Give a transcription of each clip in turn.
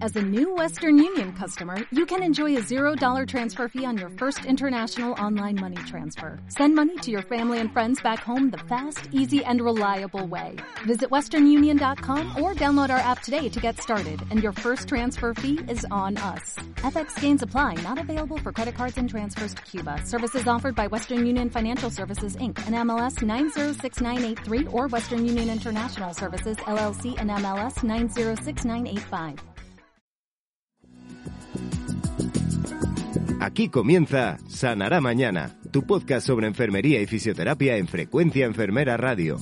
As a new Western Union customer, you can enjoy a $0 transfer fee on your first international online money transfer. Send money to your family and friends back home the fast, easy, and reliable way. Visit westernunion.com or download our app today to get started, and your first transfer fee is on us. FX gains apply, not available for credit cards and transfers to Cuba. Services offered by Western Union Financial Services, Inc., and MLS 906983, or Western Union International Services, LLC, and MLS 906985. Aquí comienza Sanará Mañana, tu podcast sobre enfermería y fisioterapia en Frecuencia Enfermera Radio.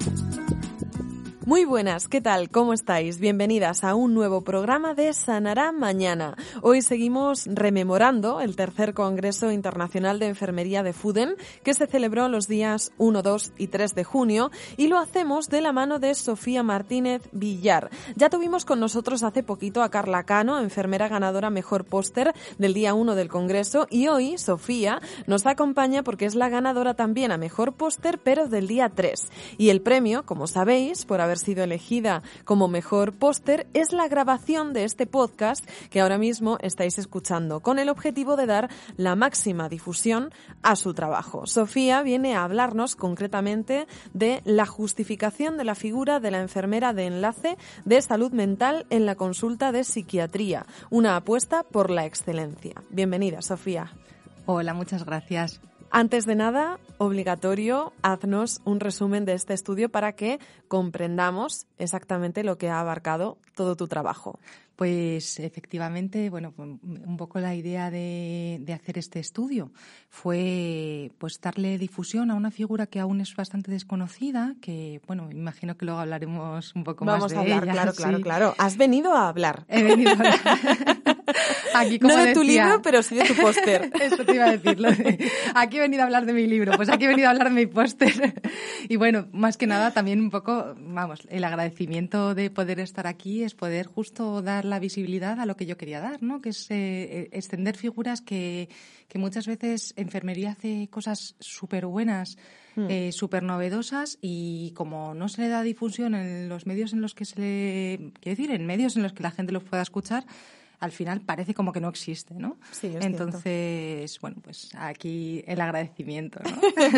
Muy buenas, ¿qué tal? ¿Cómo estáis? Bienvenidas a un nuevo programa de Sanará Mañana. Hoy seguimos rememorando el tercer Congreso Internacional de Enfermería de FUDEN, que se celebró los días 1, 2 y 3 de junio, y lo hacemos de la mano de Sofía Martínez Villar. Ya tuvimos con nosotros hace poquito a Carla Cano, enfermera ganadora Mejor Póster del día 1 del Congreso, y hoy Sofía nos acompaña porque es la ganadora también a Mejor Póster, pero del día 3. Y el premio, como sabéis, por haber sido elegida como Mejor Póster, es la grabación de este podcast que ahora mismo estáis escuchando, con el objetivo de dar la máxima difusión a su trabajo. Sofía viene a hablarnos concretamente de la justificación de la figura de la enfermera de enlace de salud mental en la consulta de psiquiatría, una apuesta por la excelencia. Bienvenida, Sofía. Hola, muchas gracias. Antes de nada, obligatorio, haznos un resumen de este estudio para que comprendamos exactamente lo que ha abarcado todo tu trabajo. Pues efectivamente, bueno, un poco la idea de hacer este estudio fue pues darle difusión a una figura que aún es bastante desconocida, que bueno, me imagino que luego hablaremos un poco más de ella. Vamos a hablar, sí. claro. Has venido a hablar. He venido a hablar. Aquí, como no de decía, tu libro, pero sí de tu póster. Eso te iba a decirlo. Aquí he venido a hablar de mi libro, pues aquí he venido a hablar de mi póster. Y bueno, más que nada también un poco, vamos, el agradecimiento de poder estar aquí es poder justo dar la visibilidad a lo que yo quería dar, ¿no? Que es extender figuras que muchas veces enfermería hace cosas súper buenas, súper novedosas, y como no se le da difusión en los medios en los que en medios en los que la gente los pueda escuchar, al final parece como que no existe, ¿no? Sí, entonces, cierto. Bueno, pues aquí el agradecimiento, ¿no?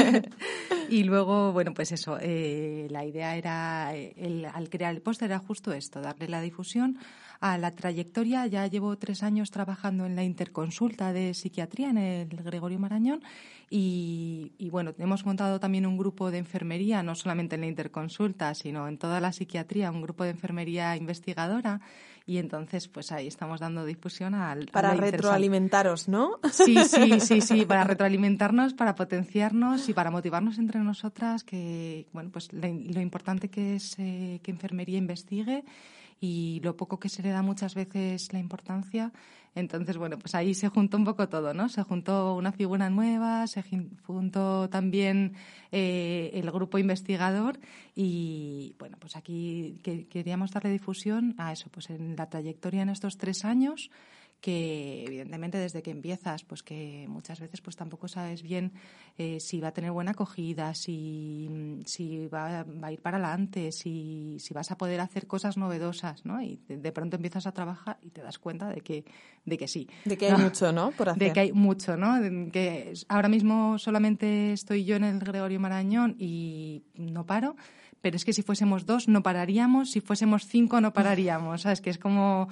Y luego, bueno, pues eso, la idea era, al crear el póster era justo esto, darle la difusión a la trayectoria. Ya llevo 3 años trabajando en la interconsulta de psiquiatría en el Gregorio Marañón y bueno, hemos montado también un grupo de enfermería, no solamente en la interconsulta, sino en toda la psiquiatría, un grupo de enfermería investigadora, y entonces pues ahí estamos dando difusión para retroalimentaros, ¿no? Sí, para retroalimentarnos, para potenciarnos y para motivarnos entre nosotras, que bueno, pues lo importante que es que enfermería investigue y lo poco que se le da muchas veces la importancia. Entonces, bueno, pues ahí se juntó un poco todo, ¿no? Se juntó una figura nueva, se juntó también el grupo investigador y, bueno, pues aquí queríamos darle difusión a eso, pues en la trayectoria en estos 3 años, que evidentemente desde que empiezas, pues que muchas veces pues tampoco sabes bien si va a tener buena acogida, si va a ir para adelante, si vas a poder hacer cosas novedosas, ¿no? Y de pronto empiezas a trabajar y te das cuenta de que sí. De que hay mucho, ¿no? Por hacer. De que hay mucho, ¿no? Que ahora mismo solamente estoy yo en el Gregorio Marañón y no paro. Pero es que si fuésemos 2 no pararíamos, si fuésemos 5 no pararíamos, ¿sabes? Que es como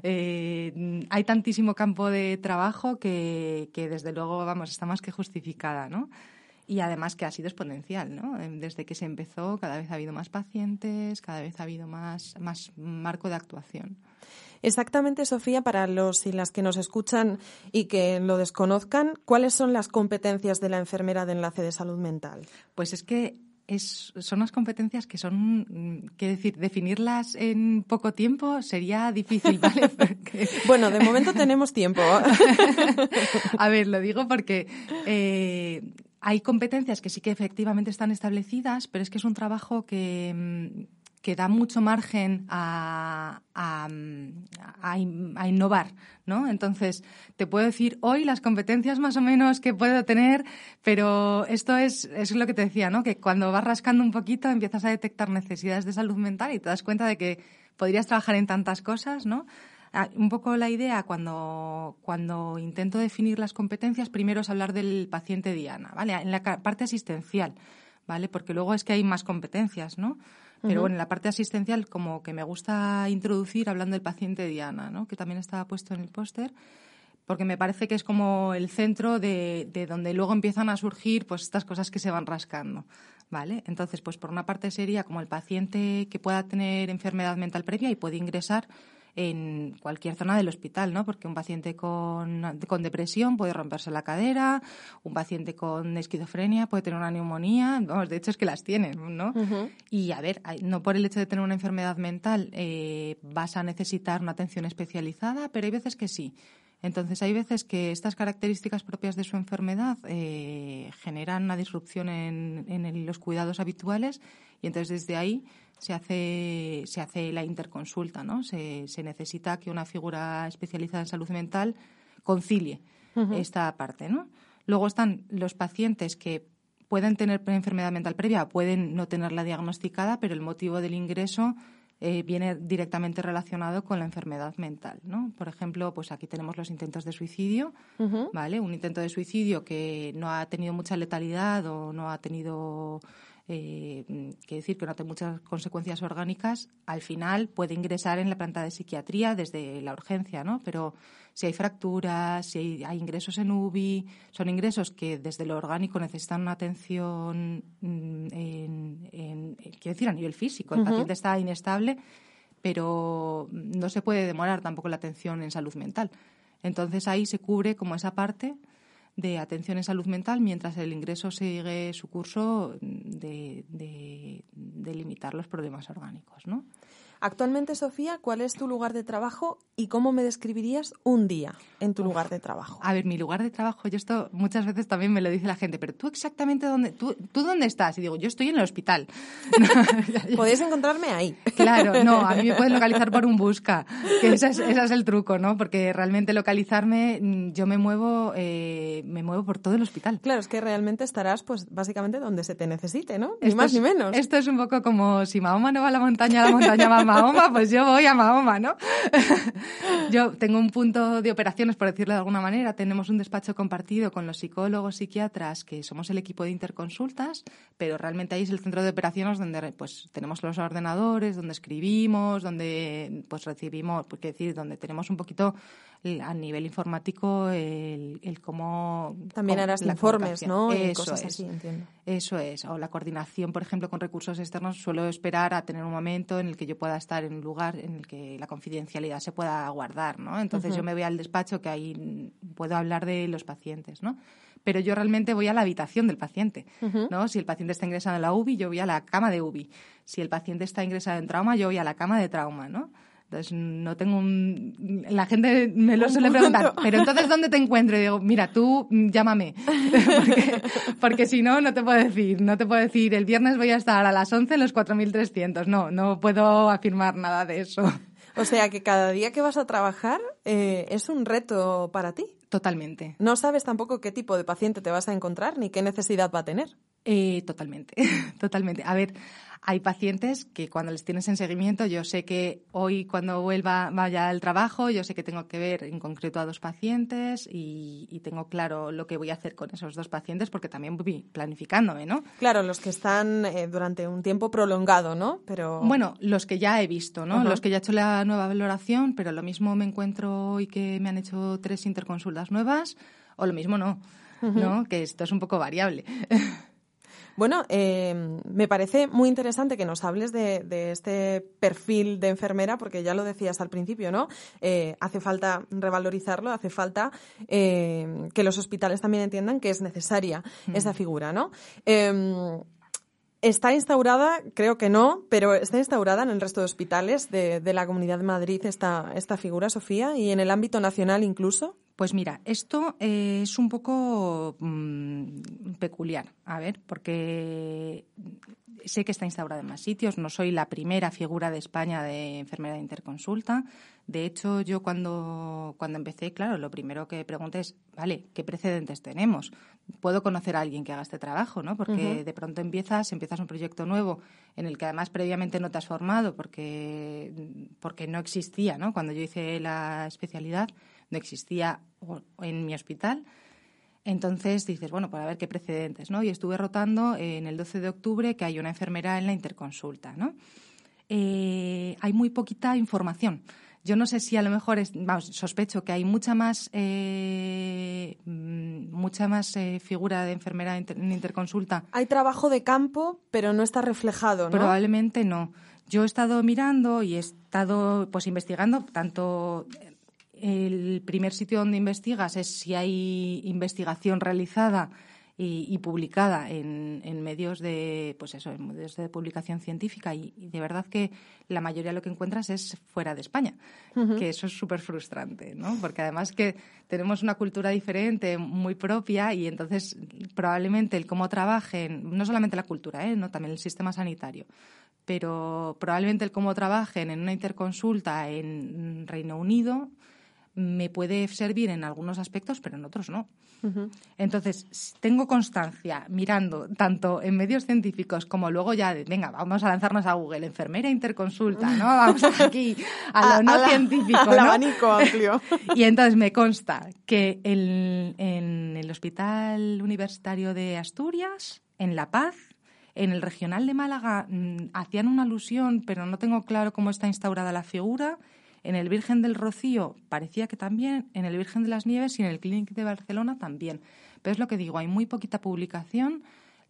hay tantísimo campo de trabajo que desde luego, vamos, está más que justificada, ¿no? Y además que ha sido exponencial, ¿no? Desde que se empezó cada vez ha habido más pacientes, cada vez ha habido más marco de actuación. Exactamente, Sofía, para los y las que nos escuchan y que lo desconozcan, ¿cuáles son las competencias de la enfermera de enlace de salud mental? Pues es que son unas competencias que son, quiero decir, definirlas en poco tiempo sería difícil, ¿vale? Porque... Bueno, de momento tenemos tiempo. A ver, lo digo porque hay competencias que sí que efectivamente están establecidas, pero es que es un trabajo que da mucho margen a innovar, ¿no? Entonces, te puedo decir hoy las competencias más o menos que puedo tener, pero esto es lo que te decía, ¿no? Que cuando vas rascando un poquito empiezas a detectar necesidades de salud mental y te das cuenta de que podrías trabajar en tantas cosas, ¿no? Un poco la idea cuando intento definir las competencias, primero es hablar del paciente diana, ¿vale? En la parte asistencial, ¿vale? Porque luego es que hay más competencias, ¿no? Pero bueno, en la parte asistencial como que me gusta introducir hablando del paciente diana, ¿no? Que también estaba puesto en el póster, porque me parece que es como el centro de donde luego empiezan a surgir pues estas cosas que se van rascando, ¿vale? Entonces, pues por una parte sería como el paciente que pueda tener enfermedad mental previa y puede ingresar en cualquier zona del hospital, ¿no? Porque un paciente con depresión puede romperse la cadera, un paciente con esquizofrenia puede tener una neumonía, vamos, de hecho es que las tienen, ¿no? Y a ver, no por el hecho de tener una enfermedad mental vas a necesitar una atención especializada, pero hay veces que sí. Entonces, hay veces que estas características propias de su enfermedad generan una disrupción en los cuidados habituales y entonces desde ahí se hace la interconsulta, ¿no? Se necesita que una figura especializada en salud mental concilie esta parte, ¿no? Luego están los pacientes que pueden tener enfermedad mental previa, pueden no tenerla diagnosticada, pero el motivo del ingreso viene directamente relacionado con la enfermedad mental, ¿no? Por ejemplo, pues aquí tenemos los intentos de suicidio, ¿vale? Un intento de suicidio que no ha tenido mucha letalidad o no ha tenido que decir que no tiene muchas consecuencias orgánicas, al final puede ingresar en la planta de psiquiatría desde la urgencia, ¿no? Pero si hay fracturas, si hay ingresos en UBI, son ingresos que desde lo orgánico necesitan una atención, quiero decir, a nivel físico. El paciente está inestable, pero no se puede demorar tampoco la atención en salud mental. Entonces ahí se cubre como esa parte de atención en salud mental mientras el ingreso sigue su curso de limitar los problemas orgánicos, ¿no? Actualmente, Sofía, ¿cuál es tu lugar de trabajo y cómo me describirías un día en tu lugar de trabajo? A ver, mi lugar de trabajo, yo esto muchas veces también me lo dice la gente, pero tú exactamente ¿tú dónde estás? Y digo, yo estoy en el hospital. Podéis encontrarme ahí. Claro, no, a mí me pueden localizar por un busca, que ese es el truco, ¿no? Porque realmente localizarme, yo me muevo por todo el hospital. Claro, es que realmente estarás, pues, básicamente donde se te necesite, ¿no? Ni más ni menos. Esto es un poco como si Mahoma no va a la montaña va a Mahoma, pues yo voy a Mahoma, ¿no? Yo tengo un punto de operaciones, por decirlo de alguna manera. Tenemos un despacho compartido con los psicólogos, psiquiatras, que somos el equipo de interconsultas, pero realmente ahí es el centro de operaciones donde pues tenemos los ordenadores, donde escribimos, donde pues recibimos, pues quiero decir, donde tenemos un poquito a nivel informático el cómo... También harás informes, ¿no? Eso cosas es. Así, entiendo. Eso es. O la coordinación, por ejemplo, con recursos externos, suelo esperar a tener un momento en el que yo pueda estar en un lugar en el que la confidencialidad se pueda guardar, ¿no? Entonces yo me voy al despacho, que ahí puedo hablar de los pacientes, ¿no? Pero yo realmente voy a la habitación del paciente, ¿no? Si el paciente está ingresado en la UBI, yo voy a la cama de UBI. Si el paciente está ingresado en trauma, yo voy a la cama de trauma, ¿no? Entonces, no tengo la gente me lo suele preguntar, pero entonces, ¿dónde te encuentro? Y digo, mira, tú llámame, porque si no, no te puedo decir, el viernes voy a estar a las 11 en los 4.300. No puedo afirmar nada de eso. O sea, que cada día que vas a trabajar es un reto para ti. Totalmente. No sabes tampoco qué tipo de paciente te vas a encontrar ni qué necesidad va a tener. Totalmente. A ver, hay pacientes que cuando les tienes en seguimiento, yo sé que hoy cuando vaya al trabajo, yo sé que tengo que ver en concreto a 2 pacientes y tengo claro lo que voy a hacer con esos 2 pacientes porque también voy planificándome, ¿no? Claro, los que están durante un tiempo prolongado, ¿no? Pero bueno, los que ya he visto, ¿no? Los que ya he hecho la nueva valoración, pero lo mismo me encuentro hoy que me han hecho 3 interconsultas nuevas o lo mismo no, ¿no? Que esto es un poco variable. Bueno, me parece muy interesante que nos hables de este perfil de enfermera, porque ya lo decías al principio, ¿no? Hace falta revalorizarlo, hace falta que los hospitales también entiendan que es necesaria esa figura, ¿no? ¿Está instaurada? Creo que no, pero ¿está instaurada en el resto de hospitales de la Comunidad de Madrid esta figura, Sofía, y en el ámbito nacional incluso? Pues mira, esto es un poco peculiar, a ver, porque sé que está instaurado en más sitios, no soy la primera figura de España de enfermera de interconsulta. De hecho, yo cuando empecé, claro, lo primero que pregunté es, vale, ¿qué precedentes tenemos? ¿Puedo conocer a alguien que haga este trabajo, ¿no? Porque de pronto empiezas un proyecto nuevo en el que además previamente no te has formado porque no existía, ¿no? Cuando yo hice la especialidad no existía en mi hospital. Entonces dices, bueno, pues a ver qué precedentes, ¿no? Y estuve rotando en el 12 de octubre que hay una enfermera en la interconsulta, ¿no? Hay muy poquita información. Yo no sé si a lo mejor, sospecho que hay mucha más figura de enfermera en interconsulta. Hay trabajo de campo, pero no está reflejado, ¿no? Probablemente no. Yo he estado mirando y he estado pues investigando tanto. El primer sitio donde investigas es si hay investigación realizada y publicada en medios de, pues eso, en medios de publicación científica y de verdad que la mayoría de lo que encuentras es fuera de España, que eso es súper frustrante, ¿no? Porque además que tenemos una cultura diferente, muy propia y entonces probablemente el cómo trabajen, no solamente la cultura, ¿no? También el sistema sanitario, pero probablemente el cómo trabajen en una interconsulta en Reino Unido me puede servir en algunos aspectos, pero en otros no. Entonces, tengo constancia mirando tanto en medios científicos como luego ya venga, vamos a lanzarnos a Google, enfermera interconsulta, ¿no? Vamos aquí a lo no científico, ¿no? Al abanico amplio. Y entonces me consta que en el Hospital Universitario de Asturias, en La Paz, en el Regional de Málaga, hacían una alusión, pero no tengo claro cómo está instaurada la figura. En el Virgen del Rocío parecía que también, en el Virgen de las Nieves y en el Clínic de Barcelona también. Pero es lo que digo, hay muy poquita publicación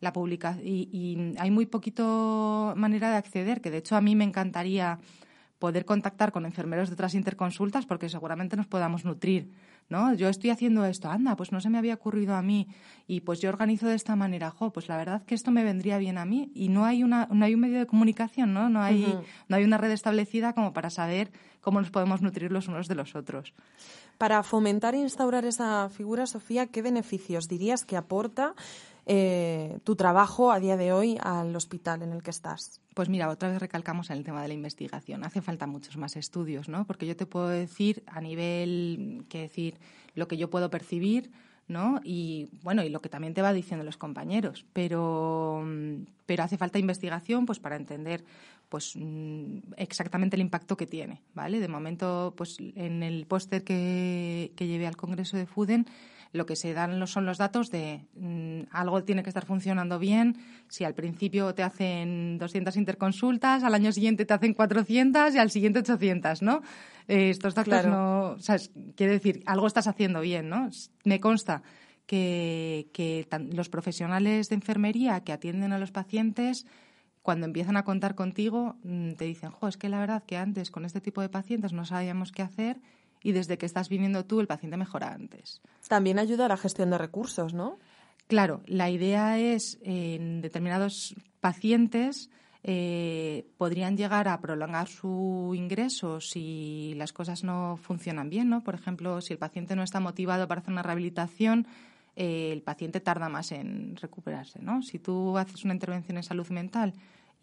y hay muy poquito manera de acceder, que de hecho a mí me encantaría poder contactar con enfermeros de otras interconsultas porque seguramente nos podamos nutrir, ¿no? Yo estoy haciendo esto, anda, pues no se me había ocurrido a mí y pues yo organizo de esta manera, pues la verdad que esto me vendría bien a mí y no hay un medio de comunicación, ¿no? No hay una red establecida como para saber cómo nos podemos nutrir los unos de los otros. Para fomentar e instaurar esa figura, Sofía, ¿qué beneficios dirías que aporta tu trabajo a día de hoy al hospital en el que estás? Pues mira, otra vez recalcamos en el tema de la investigación. Hace falta muchos más estudios, ¿no? Porque yo te puedo decir a nivel, lo que yo puedo percibir, ¿no? Y bueno, y lo que también te va diciendo los compañeros, pero hace falta investigación pues para entender pues exactamente el impacto que tiene, ¿vale? De momento, pues en el póster que llevé al Congreso de FUDEN, lo que se dan son los datos de algo tiene que estar funcionando bien. Si al principio te hacen 200 interconsultas, al año siguiente te hacen 400 y al siguiente 800, ¿no? Estos datos claro. no... O sea, quiere decir, algo estás haciendo bien, ¿no? Me consta que los profesionales de enfermería que atienden a los pacientes, cuando empiezan a contar contigo, te dicen, es que la verdad que antes con este tipo de pacientes no sabíamos qué hacer y desde que estás viniendo tú el paciente mejora antes. También ayuda a la gestión de recursos, ¿no? Claro, la idea es en determinados pacientes podrían llegar a prolongar su ingreso si las cosas no funcionan bien, ¿no? Por ejemplo, si el paciente no está motivado para hacer una rehabilitación, el paciente tarda más en recuperarse, ¿no? Si tú haces una intervención en salud mental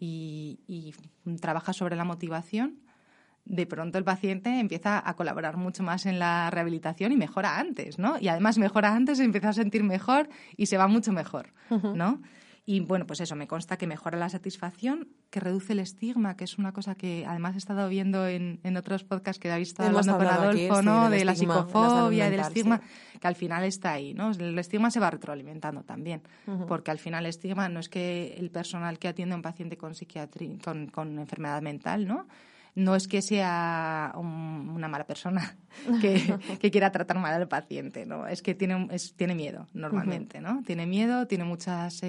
y trabajas sobre la motivación, de pronto el paciente empieza a colaborar mucho más en la rehabilitación y mejora antes, ¿no? Y además mejora antes, se empieza a sentir mejor y se va mucho mejor, ¿no? Y bueno, pues eso, me consta que mejora la satisfacción, que reduce el estigma, que es una cosa que además he estado viendo en otros podcasts que habéis estado hablando con Adolfo, aquí, ¿no? Sí, de la psicofobia y del estigma, sí. que al final está ahí, ¿no? El estigma se va retroalimentando también, porque al final el estigma no es que el personal que atiende a un paciente con psiquiatría, con enfermedad mental, ¿no? No es que sea una mala persona que quiera tratar mal al paciente, ¿no? Es que tiene miedo normalmente, ¿no? Tiene miedo, tiene muchos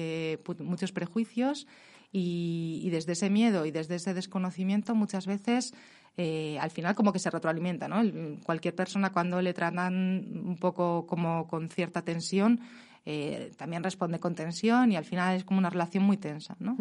prejuicios y desde ese miedo y desde ese desconocimiento muchas veces al final como que se retroalimenta, ¿no? Cualquier persona cuando le tratan un poco como con cierta tensión también responde con tensión y al final es como una relación muy tensa, ¿no?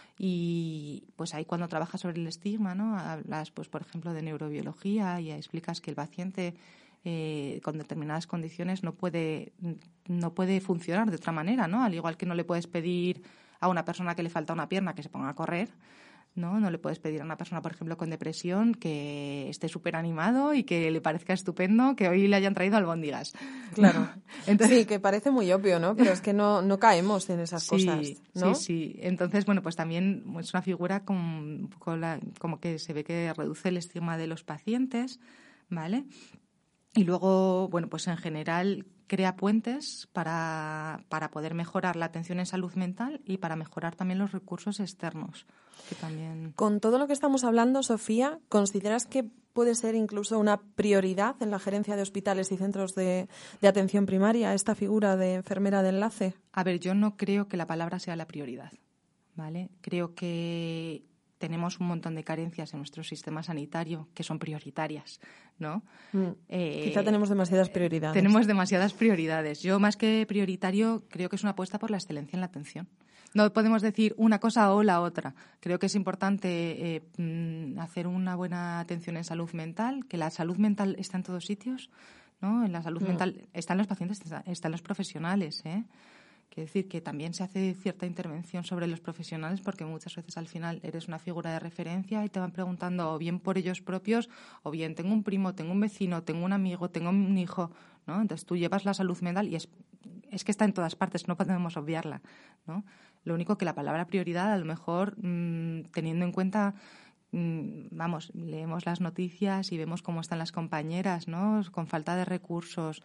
Y pues ahí cuando trabajas sobre el estigma, ¿no? Hablas, pues por ejemplo, de neurobiología y explicas que el paciente con determinadas condiciones no puede funcionar de otra manera, ¿no? Al igual que no le puedes pedir a una persona que le falta una pierna que se ponga a correr, ¿no? No le puedes pedir a una persona, por ejemplo, con depresión que esté súper animado y que le parezca estupendo que hoy le hayan traído albóndigas. Claro. Entonces, sí, que parece muy obvio, ¿no? Pero es que no caemos en esas cosas, ¿no? Sí. Entonces, bueno, pues también es una figura como que se ve que reduce el estigma de los pacientes, ¿vale? Y luego, bueno, pues en general crea puentes para poder mejorar la atención en salud mental y para mejorar también los recursos externos. Que también... Con todo lo que estamos hablando, Sofía, ¿consideras que puede ser incluso una prioridad en la gerencia de hospitales y centros de atención primaria esta figura de enfermera de enlace? A ver, yo no creo que la palabra sea la prioridad, ¿vale? Creo que tenemos un montón de carencias en nuestro sistema sanitario que son prioritarias, ¿no? Quizá tenemos demasiadas prioridades. Tenemos demasiadas prioridades. Yo, más que prioritario, creo que es una apuesta por la excelencia en la atención. No podemos decir una cosa o la otra. Creo que es importante hacer una buena atención en salud mental, que la salud mental está en todos sitios, ¿no? En la salud mental están los pacientes, están los profesionales, ¿eh? Quiero decir que también se hace cierta intervención sobre los profesionales porque muchas veces al final eres una figura de referencia y te van preguntando o bien por ellos propios o bien tengo un primo, tengo un vecino, tengo un amigo, tengo un hijo, ¿no? Entonces tú llevas la salud mental y es que está en todas partes, no podemos obviarla, ¿no? Lo único que la palabra prioridad, a lo mejor teniendo en cuenta, vamos, leemos las noticias y vemos cómo están las compañeras, ¿no? Con falta de recursos.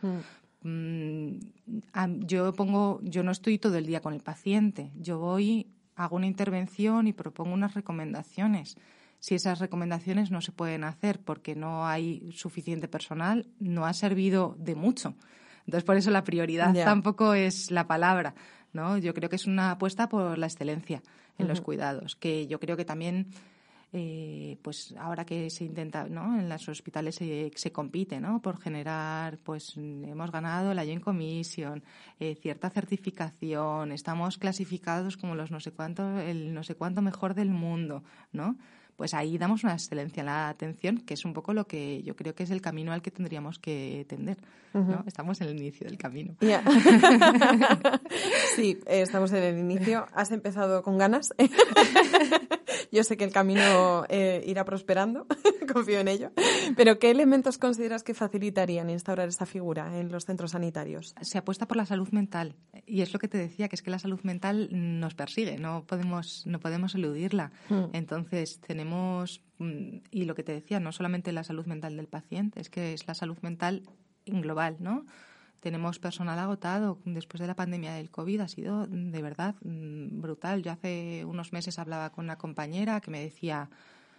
Yo no estoy todo el día con el paciente. Yo voy, hago una intervención y propongo unas recomendaciones. Si esas recomendaciones no se pueden hacer porque no hay suficiente personal, no ha servido de mucho. Entonces, por eso la prioridad tampoco es la palabra, ¿no? Yo creo que es una apuesta por la excelencia en los cuidados, que yo creo que también, pues ahora que se intenta, ¿no? En los hospitales se compite, ¿no? Por generar, pues hemos ganado la Joint Commission, cierta certificación, estamos clasificados como el no sé cuánto mejor del mundo, ¿no? Pues ahí damos una excelencia en la atención, que es un poco lo que yo creo que es el camino al que tendríamos que tender, ¿no? Estamos en el inicio del camino. Yeah. Sí, estamos en el inicio. Has empezado con ganas. Yo sé que el camino irá prosperando, confío en ello. Pero ¿qué elementos consideras que facilitarían instaurar esta figura en los centros sanitarios? Se apuesta por la salud mental y es lo que te decía, que es que la salud mental nos persigue, no podemos eludirla. Entonces tenemos, y lo que te decía, no solamente la salud mental del paciente, es que es la salud mental en global, ¿no? Tenemos personal agotado. Después de la pandemia del COVID ha sido de verdad brutal. Yo hace unos meses hablaba con una compañera que me decía,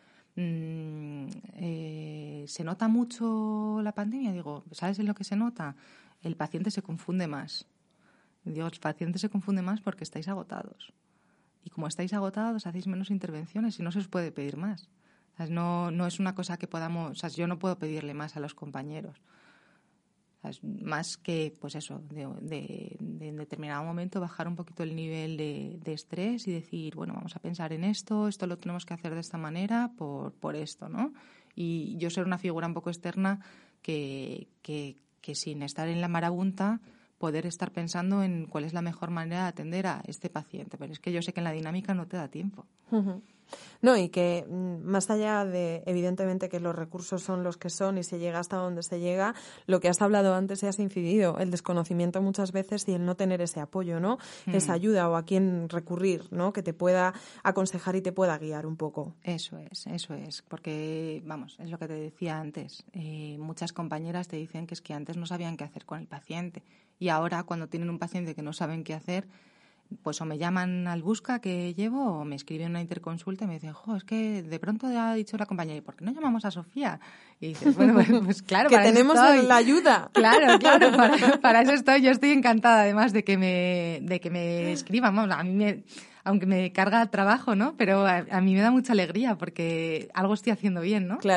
¿se nota mucho la pandemia? Digo, ¿sabes en lo que se nota? El paciente se confunde más. Digo, el paciente se confunde más porque estáis agotados. Y como estáis agotados, hacéis menos intervenciones y no se os puede pedir más. O sea, no es una cosa que podamos... O sea, yo no puedo pedirle más a los compañeros. Más que, pues eso, de en determinado momento bajar un poquito el nivel de estrés y decir, bueno, vamos a pensar en esto lo tenemos que hacer de esta manera por esto, ¿no? Y yo ser una figura un poco externa que sin estar en la marabunta poder estar pensando en cuál es la mejor manera de atender a este paciente. Pero es que yo sé que en la dinámica no te da tiempo. No, y que más allá de, evidentemente, que los recursos son los que son y se llega hasta donde se llega, lo que has hablado antes y has incidido, el desconocimiento muchas veces y el no tener ese apoyo, ¿no? Esa ayuda o a quién recurrir, ¿no? Que te pueda aconsejar y te pueda guiar un poco. Eso es, porque, vamos, es lo que te decía antes. Muchas compañeras te dicen que es que antes no sabían qué hacer con el paciente y ahora cuando tienen un paciente que no saben qué hacer, pues o me llaman al busca que llevo o me escriben una interconsulta y me dicen, es que de pronto ha dicho la compañera, ¿y por qué no llamamos a Sofía? Y dices, bueno, pues claro, que tenemos la ayuda. Claro, para eso estoy. Yo estoy encantada además de que me escriban. Vamos, a mí aunque me carga el trabajo, ¿no? Pero a mí me da mucha alegría porque algo estoy haciendo bien, ¿no? Claro.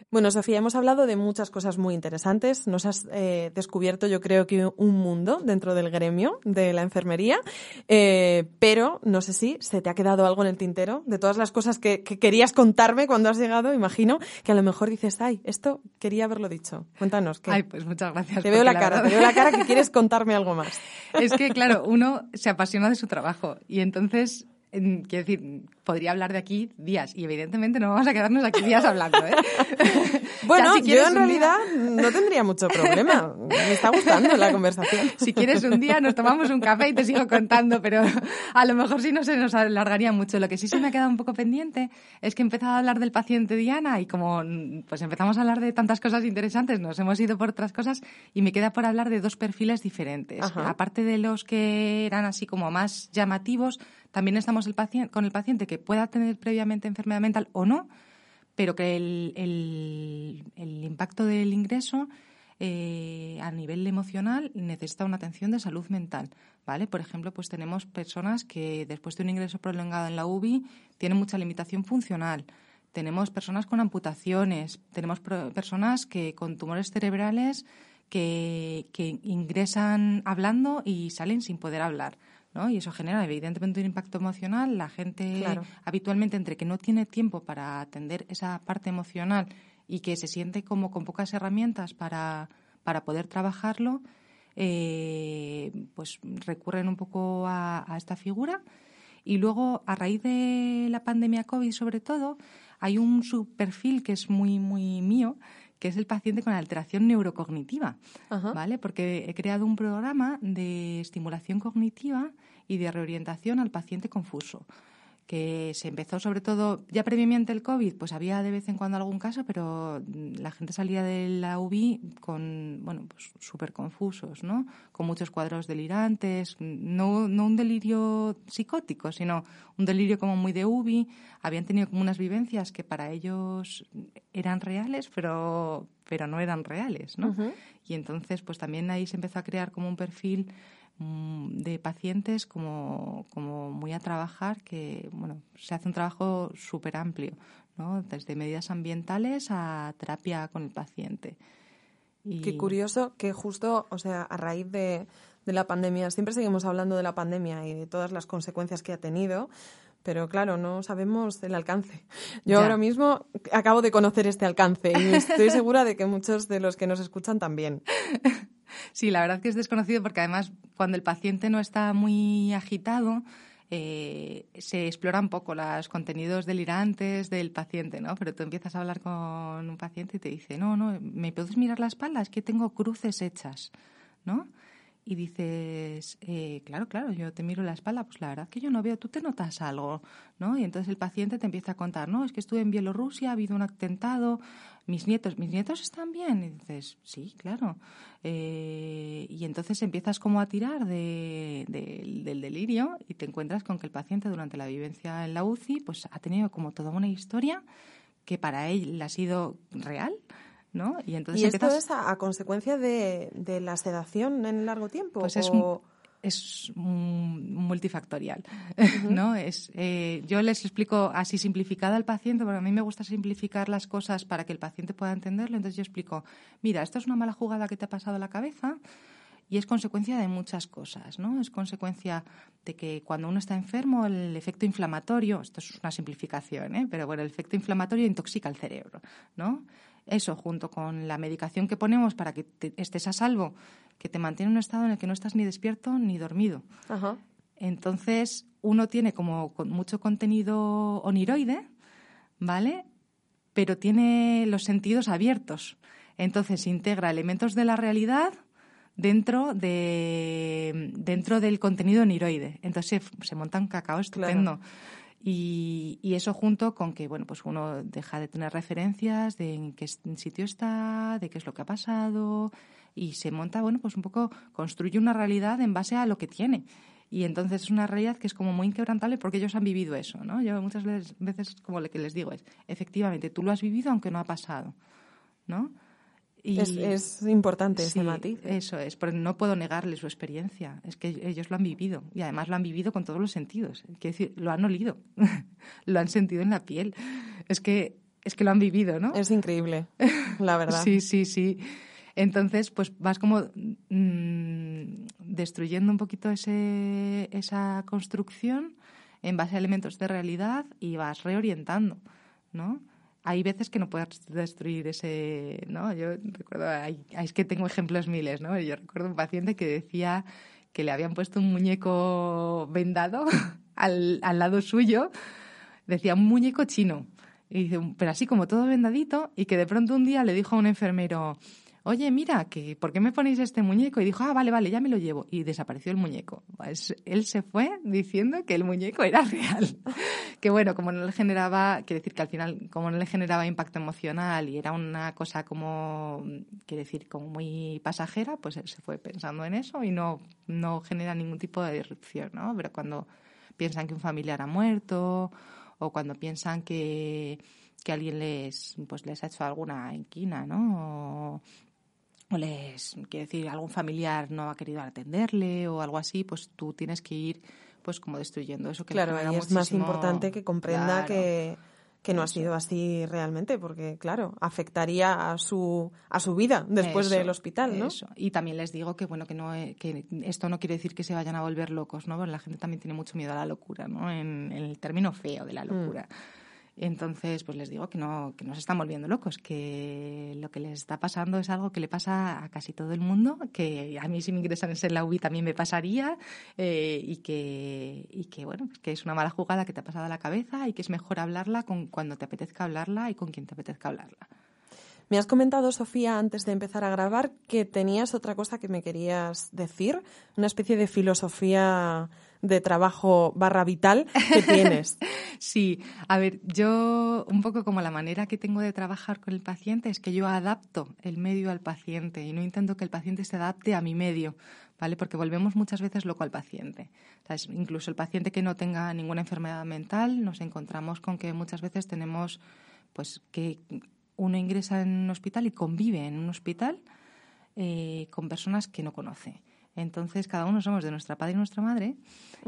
Bueno, Sofía, hemos hablado de muchas cosas muy interesantes. Nos has descubierto, yo creo que un mundo dentro del gremio de la enfermería, pero no sé si se te ha quedado algo en el tintero de todas las cosas que querías contarme cuando has llegado. Imagino que a lo mejor dices, ay, esto quería haberlo dicho. Cuéntanos. ¿Qué? Ay, pues muchas gracias. Te veo la cara que quieres contarme algo más. Es que, claro, uno se apasiona de su trabajo y entonces... Quiero decir, podría hablar de aquí días y evidentemente no vamos a quedarnos aquí días hablando, ¿eh? Bueno, o sea, si yo en realidad no tendría mucho problema. Me está gustando la conversación. Si quieres un día nos tomamos un café y te sigo contando, pero a lo mejor sí no se nos alargaría mucho. Lo que sí se me ha quedado un poco pendiente es que he empezado a hablar del paciente Diana y como pues empezamos a hablar de tantas cosas interesantes, nos hemos ido por otras cosas y me queda por hablar de dos perfiles diferentes. Ajá. Aparte de los que eran así como más llamativos, también estamos con el paciente que pueda tener previamente enfermedad mental o no, pero que el impacto del ingreso a nivel emocional necesita una atención de salud mental, ¿vale? Por ejemplo, pues tenemos personas que después de un ingreso prolongado en la UBI tienen mucha limitación funcional. Tenemos personas con amputaciones, tenemos personas que con tumores cerebrales que ingresan hablando y salen sin poder hablar, ¿no? Y eso genera evidentemente un impacto emocional. La gente habitualmente entre que no tiene tiempo para atender esa parte emocional y que se siente como con pocas herramientas para poder trabajarlo, pues recurren un poco a esta figura. Y luego, a raíz de la pandemia COVID sobre todo, hay un subperfil que es muy, muy mío, que es el paciente con alteración neurocognitiva, ¿vale? Porque he creado un programa de estimulación cognitiva y de reorientación al paciente confuso, que se empezó sobre todo, ya previamente el COVID, pues había de vez en cuando algún caso, pero la gente salía de la UBI con, bueno, pues súper confusos, ¿no? Con muchos cuadros delirantes, no un delirio psicótico, sino un delirio como muy de UBI. Habían tenido como unas vivencias que para ellos eran reales, pero no eran reales, ¿no? Y entonces, pues también ahí se empezó a crear como un perfil de pacientes como muy a trabajar, que bueno, se hace un trabajo súper amplio, ¿no? Desde medidas ambientales a terapia con el paciente. Y... Qué curioso que justo, o sea, a raíz de la pandemia, siempre seguimos hablando de la pandemia y de todas las consecuencias que ha tenido, pero claro, no sabemos el alcance. Yo ahora mismo acabo de conocer este alcance y estoy segura de que muchos de los que nos escuchan también. Sí, la verdad que es desconocido porque además cuando el paciente no está muy agitado se exploran poco los contenidos delirantes del paciente, ¿no? Pero tú empiezas a hablar con un paciente y te dice, no, ¿me puedes mirar la espalda? Es que tengo cruces hechas, ¿no? Y dices, claro, yo te miro la espalda, pues la verdad que yo no veo, tú te notas algo, ¿no? Y entonces el paciente te empieza a contar, no, es que estuve en Bielorrusia, ha habido un atentado, mis nietos están bien. Y dices, sí, claro. Y entonces empiezas como a tirar del delirio y te encuentras con que el paciente durante la vivencia en la UCI pues ha tenido como toda una historia que para él ha sido real, ¿no? Y entonces esto es a consecuencia de la sedación en largo tiempo. Pues es multifactorial, ¿no? Yo les explico así simplificada al paciente, porque a mí me gusta simplificar las cosas para que el paciente pueda entenderlo. Entonces yo explico, mira, esto es una mala jugada que te ha pasado a la cabeza y es consecuencia de muchas cosas, ¿no? Es consecuencia de que cuando uno está enfermo, el efecto inflamatorio, esto es una simplificación, pero bueno, el efecto inflamatorio intoxica el cerebro, ¿no? Eso, junto con la medicación que ponemos para que estés a salvo, que te mantiene en un estado en el que no estás ni despierto ni dormido. Ajá. Entonces, uno tiene como mucho contenido oniroide, ¿vale? Pero tiene los sentidos abiertos. Entonces, integra elementos de la realidad dentro del contenido oniroide. Entonces, se monta un cacao estupendo. Claro. Y eso junto con que, bueno, pues uno deja de tener referencias de en qué sitio está, de qué es lo que ha pasado, y se monta, bueno, pues un poco, construye una realidad en base a lo que tiene. Y entonces es una realidad que es como muy inquebrantable porque ellos han vivido eso, ¿no? Yo muchas veces como lo que les digo es, efectivamente, tú lo has vivido aunque no ha pasado, ¿no? Y es importante ese matiz. Eso es, porque no puedo negarle su experiencia, es que ellos lo han vivido y además lo han vivido con todos los sentidos, quiero decir, lo han olido, lo han sentido en la piel. Es que es que lo han vivido, ¿no? Es increíble, la verdad. Sí. Entonces, pues vas como destruyendo un poquito esa construcción en base a elementos de realidad y vas reorientando, ¿no? Hay veces que no puedes destruir ese, ¿no? Yo recuerdo, es que tengo ejemplos miles, ¿no? Yo recuerdo un paciente que decía que le habían puesto un muñeco vendado al lado suyo, decía un muñeco chino, y dice, pero así como todo vendadito, y que de pronto un día le dijo a un enfermero, oye, mira, ¿por qué me ponéis este muñeco? Y dijo, vale, ya me lo llevo. Y desapareció el muñeco. Pues él se fue diciendo que el muñeco era real. Que bueno, como no le generaba, quiere decir que al final, como no le generaba impacto emocional y era una cosa como, quiere decir, como muy pasajera, pues él se fue pensando en eso y no genera ningún tipo de disrupción, ¿no? Pero cuando piensan que un familiar ha muerto o cuando piensan que alguien les ha hecho alguna inquina, ¿no? O quiere decir, algún familiar no ha querido atenderle o algo así, pues tú tienes que ir pues como destruyendo eso. Que claro, ahí es más importante que comprenda que no ha sido así realmente, porque claro, afectaría a su vida después del hospital, ¿no? Eso. Y también les digo que bueno, que esto no quiere decir que se vayan a volver locos, ¿no? Porque la gente también tiene mucho miedo a la locura, ¿no? En el término feo de la locura. Entonces, pues les digo que no se están volviendo locos, que lo que les está pasando es algo que le pasa a casi todo el mundo, que a mí si me ingresan en la UBI también me pasaría, y que bueno, que es una mala jugada que te ha pasado a la cabeza y que es mejor hablarla cuando te apetezca hablarla y con quien te apetezca hablarla. Me has comentado, Sofía, antes de empezar a grabar, que tenías otra cosa que me querías decir, una especie de filosofía de trabajo /vital que tienes. Sí, a ver, yo un poco como la manera que tengo de trabajar con el paciente es que yo adapto el medio al paciente y no intento que el paciente se adapte a mi medio, ¿vale? Porque volvemos muchas veces loco al paciente. ¿Sabes? Incluso el paciente que no tenga ninguna enfermedad mental, nos encontramos con que muchas veces tenemos pues que uno ingresa en un hospital y convive en un hospital con personas que no conoce. Entonces, cada uno somos de nuestra padre y nuestra madre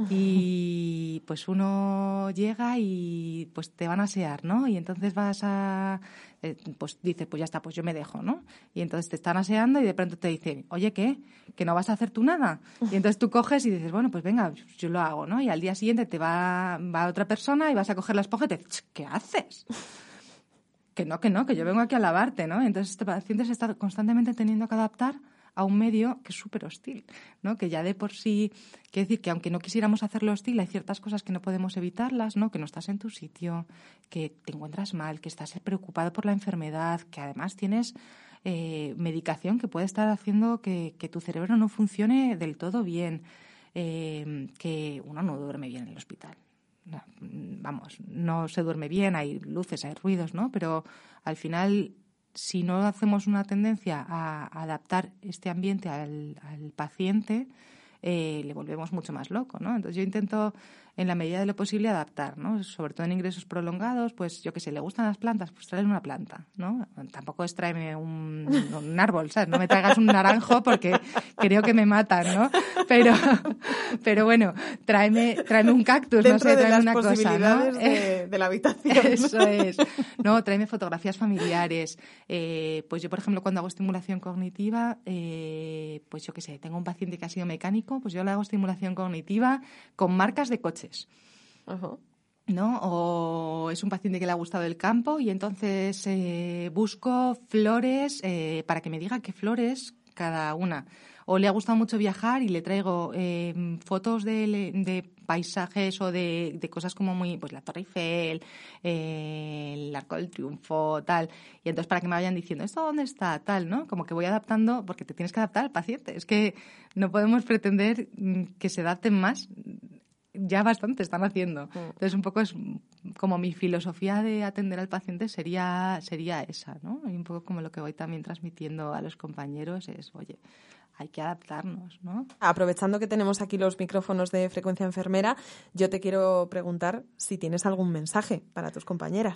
y pues uno llega y pues te van a asear, ¿no? Y entonces vas pues dices, pues ya está, pues yo me dejo, ¿no? Y entonces te están aseando y de pronto te dicen, oye, ¿qué? ¿Que no vas a hacer tú nada? Y entonces tú coges y dices, bueno, pues venga, yo lo hago, ¿no? Y al día siguiente te va otra persona y vas a coger la esponja y te dices, ¿qué haces? Que yo vengo aquí a lavarte, ¿no? Entonces este paciente se está constantemente teniendo que adaptar a un medio que es súper hostil, ¿no? Que ya de por sí, quiere decir que aunque no quisiéramos hacerlo hostil, hay ciertas cosas que no podemos evitarlas, ¿no? Que no estás en tu sitio, que te encuentras mal, que estás preocupado por la enfermedad, que además tienes medicación que puede estar haciendo que tu cerebro no funcione del todo bien, que uno no duerme bien en el hospital. No se duerme bien, hay luces, hay ruidos, ¿no? Pero al final, si no hacemos una tendencia a adaptar este ambiente al paciente, le volvemos mucho más loco, ¿no? Entonces yo intento, en la medida de lo posible, adaptar, ¿no? Sobre todo en ingresos prolongados, pues yo qué sé, ¿le gustan las plantas? Pues tráele una planta, ¿no? Tampoco es tráeme un árbol, ¿sabes? No me traigas un naranjo porque creo que me matan, ¿no? Pero bueno, tráeme un cactus, dentro no sé, tráeme una cosa, ¿no? Dentro de las posibilidades de la habitación. Eso es. No, tráeme fotografías familiares. Pues yo, por ejemplo, cuando hago estimulación cognitiva, pues yo qué sé, tengo un paciente que ha sido mecánico, pues yo le hago estimulación cognitiva con marcas de coches. Uh-huh. ¿No? O es un paciente que le ha gustado el campo y entonces busco flores para que me diga qué flores cada una. O le ha gustado mucho viajar y le traigo fotos de paisajes o de cosas como muy, pues la Torre Eiffel, el Arco del Triunfo, tal. Y entonces para que me vayan diciendo, ¿esto dónde está? Tal, ¿no? Como que voy adaptando, porque te tienes que adaptar al paciente. Es que no podemos pretender que se adapten más. Ya bastante están haciendo. Entonces, un poco es como mi filosofía de atender al paciente sería esa, ¿no? Y un poco como lo que voy también transmitiendo a los compañeros es, oye, hay que adaptarnos, ¿no? Aprovechando que tenemos aquí los micrófonos de Frecuencia Enfermera, yo te quiero preguntar si tienes algún mensaje para tus compañeras.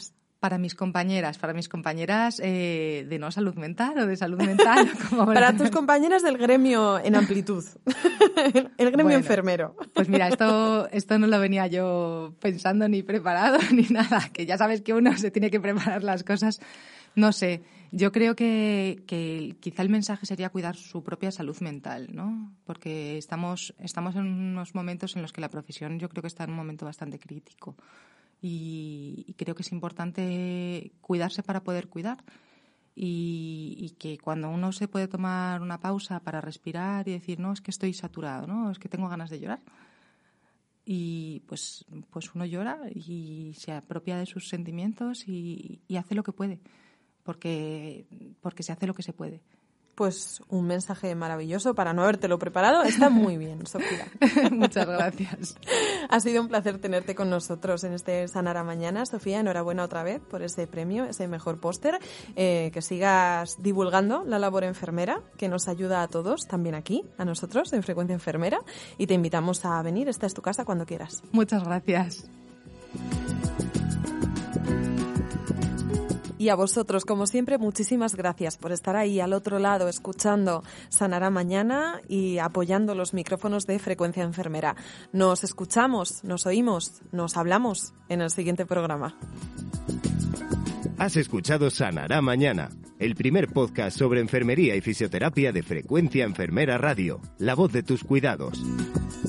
Para mis compañeras de no salud mental o de salud mental. Para tus compañeras del gremio en amplitud, el gremio enfermero. Pues mira, esto no lo venía yo pensando ni preparado ni nada, que ya sabes que uno se tiene que preparar las cosas. No sé, yo creo que quizá el mensaje sería cuidar su propia salud mental, ¿no? Porque estamos en unos momentos en los que la profesión yo creo que está en un momento bastante crítico. Y creo que es importante cuidarse para poder cuidar y que cuando uno se puede tomar una pausa para respirar y decir, no, es que estoy saturado, no, es que tengo ganas de llorar, y pues uno llora y se apropia de sus sentimientos y hace lo que puede, porque se hace lo que se puede. Pues un mensaje maravilloso para no habértelo preparado. Está muy bien, Sofía. Muchas gracias. Ha sido un placer tenerte con nosotros en este Sanara Mañana. Sofía, enhorabuena otra vez por ese premio, ese mejor póster. Que sigas divulgando la labor enfermera, que nos ayuda a todos, también aquí, a nosotros, en Frecuencia Enfermera. Y te invitamos a venir. Esta es tu casa cuando quieras. Muchas gracias. Y a vosotros, como siempre, muchísimas gracias por estar ahí al otro lado, escuchando Sanará Mañana y apoyando los micrófonos de Frecuencia Enfermera. Nos escuchamos, nos oímos, nos hablamos en el siguiente programa. Has escuchado Sanará Mañana, el primer podcast sobre enfermería y fisioterapia de Frecuencia Enfermera Radio, la voz de tus cuidados.